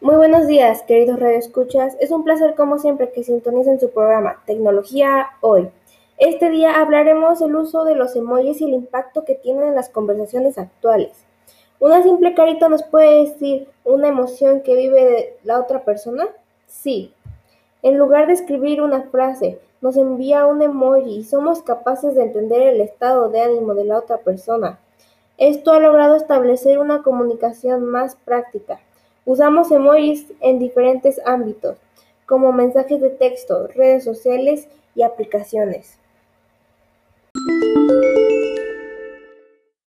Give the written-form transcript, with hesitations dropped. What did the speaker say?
Muy buenos días, queridos radioescuchas. Es un placer, como siempre, que sintonicen su programa Tecnología Hoy. Este día hablaremos del uso de los emojis y el impacto que tienen en las conversaciones actuales. ¿Una simple carita nos puede decir una emoción que vive de la otra persona? Sí. En lugar de escribir una frase, nos envía un emoji y somos capaces de entender el estado de ánimo de la otra persona. Esto ha logrado establecer una comunicación más práctica. Usamos emojis en diferentes ámbitos, como mensajes de texto, redes sociales y aplicaciones.